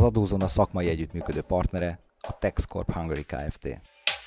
Adózóna szakmai együttműködő partnere a TaxCorp Hungary Kft.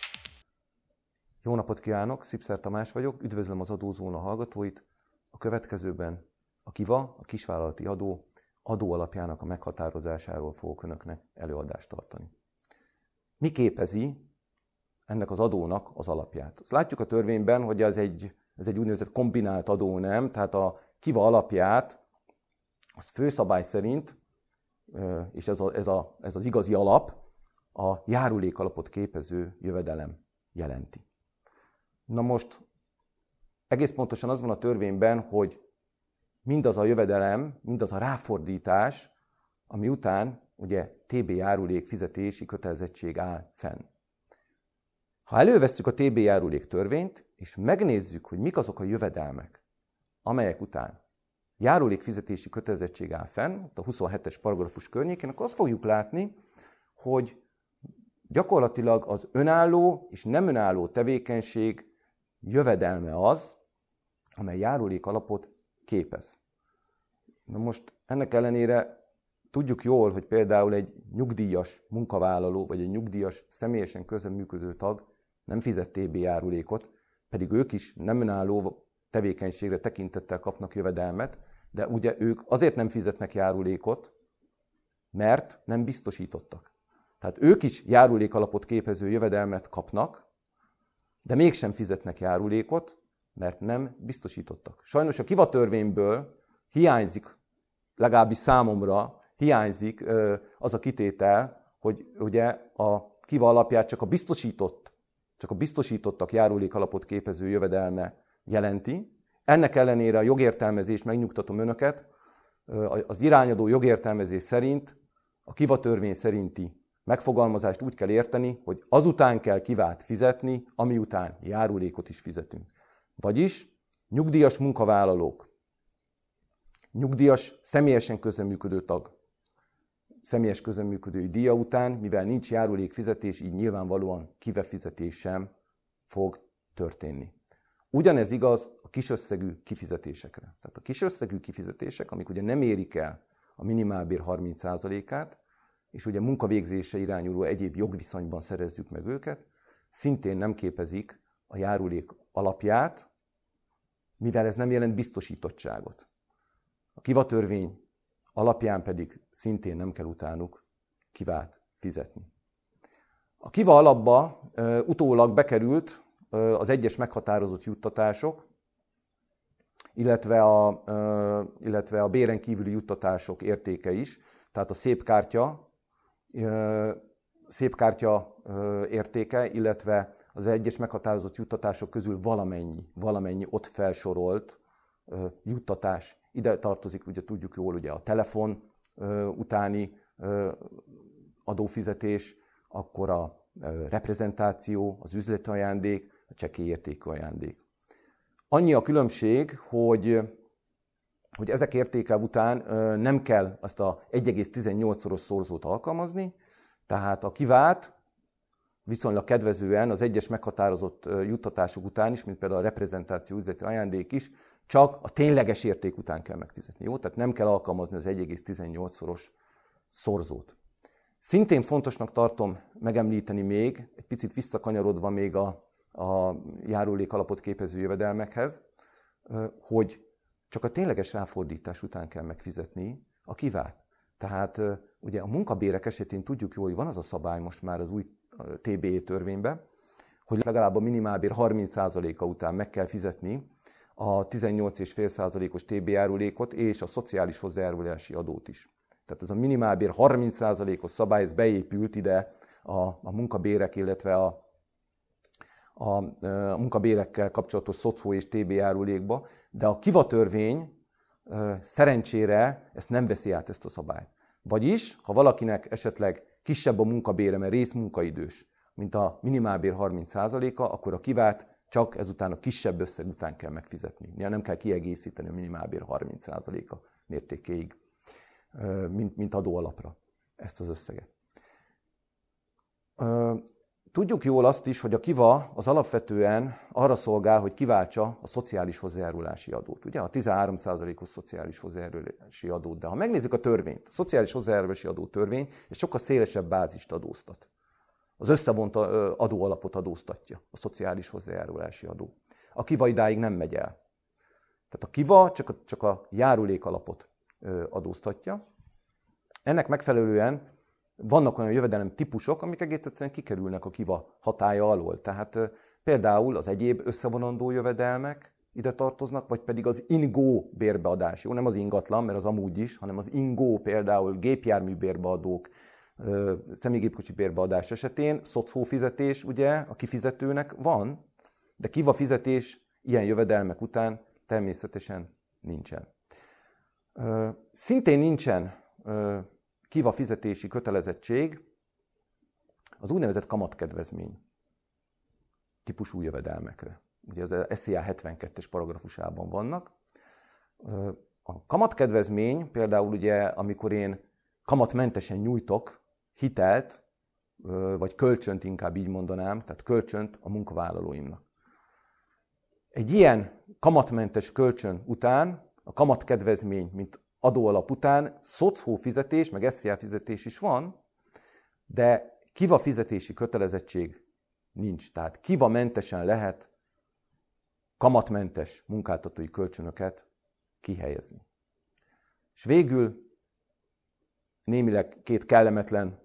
Jó napot kívánok, Szipszer Tamás vagyok, üdvözlöm az Adózóna hallgatóit. A következőben a KIVA, a kisvállalati adó adóalapjának a meghatározásáról fogok önöknek előadást tartani. Mi képezi ennek az adónak az alapját? Azt látjuk a törvényben, hogy ez egy úgynevezett kombinált adó, nem? Tehát a KIVA alapját azt főszabály szerint, és ez az igazi alap, a járulékalapot képező jövedelem jelenti. Na most egész pontosan az van a törvényben, hogy mindaz a jövedelem, mindaz a ráfordítás, ami után ugye TB járulék fizetési kötelezettség áll fenn. Ha elővesszük a TB járulék törvényt, és megnézzük, hogy mik azok a jövedelmek, amelyek után járulék fizetési kötelezettség áll fenn, a 27-es paragrafus környékén, akkor azt fogjuk látni, hogy gyakorlatilag az önálló és nem önálló tevékenység jövedelme az, amely járulék alapot képez. Na most ennek ellenére tudjuk jól, hogy például egy nyugdíjas munkavállaló, vagy egy nyugdíjas személyesen közreműködő tag nem fizet TB járulékot, pedig ők is nem önálló tevékenységre tekintettel kapnak jövedelmet, de ugye ők azért nem fizetnek járulékot, mert nem biztosítottak. Tehát ők is járulékalapot képező jövedelmet kapnak, de mégsem fizetnek járulékot, mert nem biztosítottak. Sajnos a KIVA törvényből hiányzik, legalábbis számomra hiányzik az a kitétel, hogy ugye a KIVA alapját csak a biztosítottak járulékalapot képező jövedelme jelenti. Ennek ellenére a jogértelmezés, megnyugtatom önöket, az irányadó jogértelmezés szerint a KIVA törvény szerinti megfogalmazást úgy kell érteni, hogy azután kell KIVA-t fizetni, ami után járulékot is fizetünk. Vagyis nyugdíjas munkavállalók, nyugdíjas személyesen közreműködő tag, személyes közreműködői díja után, mivel nincs járulékfizetés, így nyilvánvalóan KIVA fizetés sem fog történni. Ugyanez igaz a kisösszegű kifizetésekre. Tehát a kisösszegű kifizetések, amik ugye nem érik el a minimálbér 30%-át, és ugye munkavégzésre irányuló egyéb jogviszonyban szerezzük meg őket, szintén nem képezik a járulék alapját, mivel ez nem jelent biztosítottságot. A KIVA törvény alapján pedig szintén nem kell utánuk KIVA-t fizetni. A KIVA alapba utólag bekerült az egyes meghatározott juttatások, illetve a béren kívüli juttatások értéke is, tehát a szépkártya értéke, illetve az egyes meghatározott juttatások közül valamennyi ott felsorolt juttatás. Ide tartozik, ugye tudjuk jól, ugye a telefon utáni adófizetés, akkor a reprezentáció, az üzleti ajándék, a csekély értékű ajándék. Annyi a különbség, hogy ezek értéke után nem kell azt a 1,18-szoros szorzót alkalmazni, tehát a KIVA-t viszonylag kedvezően az egyes meghatározott juttatások után is, mint például a reprezentáció, üzleti ajándék is, csak a tényleges érték után kell megfizetni. Jó? Tehát nem kell alkalmazni az 1,18-szoros szorzót. Szintén fontosnak tartom megemlíteni még, egy picit visszakanyarodva még a járulék alapot képező jövedelmekhez, hogy csak a tényleges ráfordítás után kell megfizetni a KIVA-t. Tehát ugye a munkabérek esetén tudjuk jól, hogy van az a szabály most már az új TB törvényben, hogy legalább a minimálbér 30%-a után meg kell fizetni a 18,5%-os TB járulékot és a szociális hozzájárulási adót is. Tehát ez a minimálbér 30%-os szabály, ez beépült ide a munkabérek, illetve a munkabérekkel kapcsolatos szocó és TB járulékba, de a KIVA törvény szerencsére ezt nem veszi át, ezt a szabályt. Vagyis, ha valakinek esetleg kisebb a munkabére, mert részmunkaidős, mint a minimálbér 30%-a, akkor a KIVA-t csak ezután a kisebb összeg után kell megfizetni. Nem kell kiegészíteni a minimálbér 30%-a mértékéig, mint adóalapra ezt az összeget. Tudjuk jól azt is, hogy a KIVA az alapvetően arra szolgál, hogy kiváltsa a szociális hozzájárulási adót. Ugye a 13%-os szociális hozzájárulási adót. De ha megnézzük a törvényt, a szociális hozzájárulási adó törvény, ez sokkal szélesebb bázist adóztat. Az összevont adóalapot adóztatja a szociális hozzájárulási adó. A KIVA idáig nem megy el. Tehát a KIVA csak a járulékalapot adóztatja. Ennek megfelelően vannak olyan jövedelem típusok, amik egész egyszerűen kikerülnek a KIVA hatálya alól. Tehát például az egyéb összevonandó jövedelmek ide tartoznak, vagy pedig az ingó bérbeadás. Jó, nem az ingatlan, mert az amúgy is, hanem az ingó, például gépjármű bérbeadók, személygépkocsi bérbeadás esetén szocó fizetés ugye a kifizetőnek van, de KIVA fizetés ilyen jövedelmek után természetesen nincsen. Szintén nincsen KIVA fizetési kötelezettség az úgynevezett kamatkedvezmény típusú jövedelmekre. Ugye az SZIA 72-es paragrafusában vannak. A kamatkedvezmény például ugye, amikor én kamatmentesen nyújtok hitelt, vagy kölcsönt inkább így mondanám, tehát kölcsönt a munkavállalóimnak. Egy ilyen kamatmentes kölcsön után, a kamatkedvezmény, mint adóalap után szocó fizetés, meg SZIA fizetés is van, de KIVA fizetési kötelezettség nincs. Tehát KIVA mentesen lehet kamatmentes munkáltatói kölcsönöket kihelyezni. És végül némileg két kellemetlen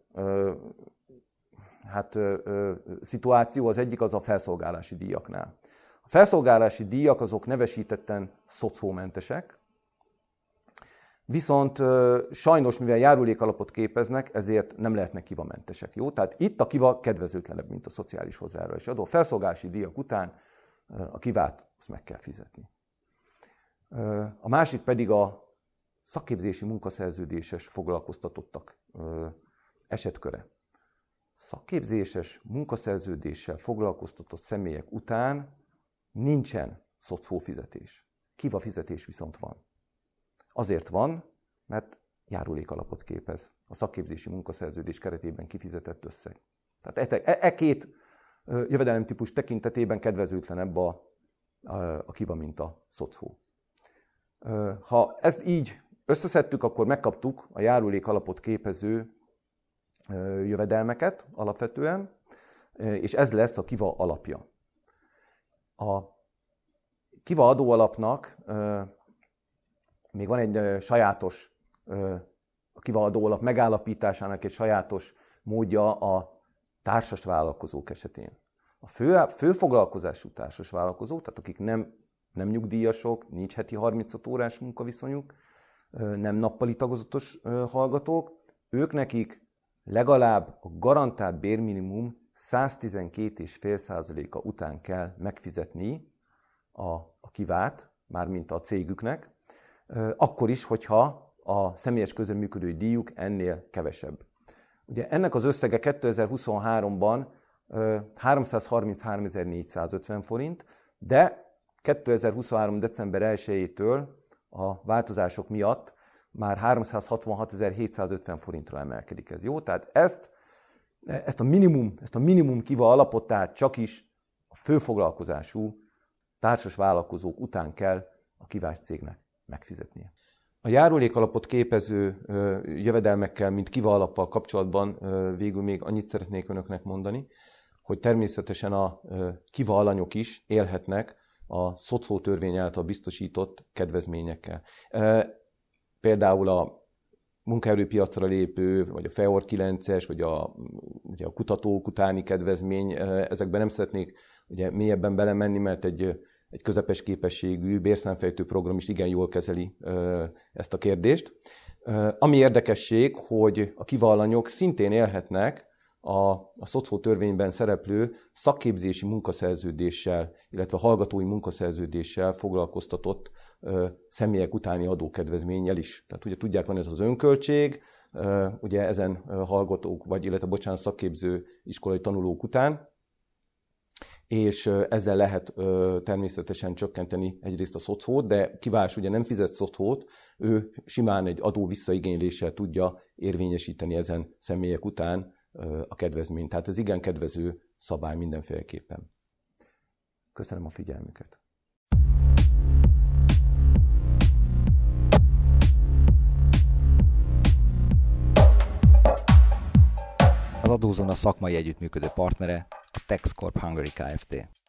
szituáció, az egyik az a felszolgálási díjaknál. A felszolgálási díjak azok nevesítetten szocómentesek, viszont sajnos, mivel járulékalapot képeznek, ezért nem lehetnek KIVA-mentesek. Jó? Tehát itt a KIVA kedvezőtlenebb, mint a szociális hozzájárulási adó. A felszolgálási díjak után a KIVA-t azt meg kell fizetni. A másik pedig a szakképzési munkaszerződéses foglalkoztatottak esetköre. Szakképzéses munkaszerződéssel foglalkoztatott személyek után nincsen szocó fizetés. KIVA fizetés viszont van. Azért van, mert járulékalapot képez a szakképzési munkaszerződés keretében kifizetett összeg. Tehát két jövedelemtípus tekintetében kedvezőtlenebb a KIVA, mint a szocó. Ha ezt így összeszedtük, akkor megkaptuk a járulékalapot képező jövedelmeket alapvetően, és ez lesz a KIVA alapja. A KIVA adóalapnak még van egy sajátos, a KIVA adóalap megállapításának egy sajátos módja a társas vállalkozók esetén. A fő foglalkozású társas vállalkozók, tehát akik nem nyugdíjasok, nincs heti 35 órás munkaviszonyuk, nem nappali tagozatos hallgatók, ők nekik legalább a garantált bérminimum 112,5%-a után kell megfizetni a KIVA-t, mármint a cégüknek, akkor is, hogyha a személyes közreműködői díjuk ennél kevesebb. Ugye ennek az összege 2023-ban 333.450 forint, de 2023. december 1-től a változások miatt már 366.750 forintra emelkedik ez. Jó? Tehát ezt a minimum KIVA alapot, tehát csak is a főfoglalkozású társas vállalkozók után kell a KIVA-s cégnek megfizetnie. A járulékalapot képező jövedelmekkel, mint KIVA alappal kapcsolatban végül még annyit szeretnék önöknek mondani, hogy természetesen a KIVA alanyok is élhetnek a szocó törvény által biztosított kedvezményekkel. Például a munkaerőpiacra lépő, vagy a FEOR 9-es, vagy ugye a kutatók utáni kedvezmény, ezekben nem szeretnék ugye mélyebben belemenni, mert egy közepes képességű bérszámfejtő program is igen jól kezeli ezt a kérdést. Ami érdekesség, hogy a KIVA alanyok szintén élhetnek a szocó törvényben szereplő szakképzési munkaszerződéssel, illetve hallgatói munkaszerződéssel foglalkoztatott személyek utáni adókedvezménnyel is. Tehát ugye tudják, van ez az önköltség, ugye ezen hallgatók, illetve szakképző iskolai tanulók után, és ezzel lehet természetesen csökkenteni egyrészt a szocót, de kivás ugye nem fizet szocót, ő simán egy adó visszaigényléssel tudja érvényesíteni ezen személyek után a kedvezményt. Tehát ez igen kedvező szabály mindenféleképpen. Köszönöm a figyelmüket! Az Adózóna szakmai együttműködő partnere a Tax Corp Hungary Kft.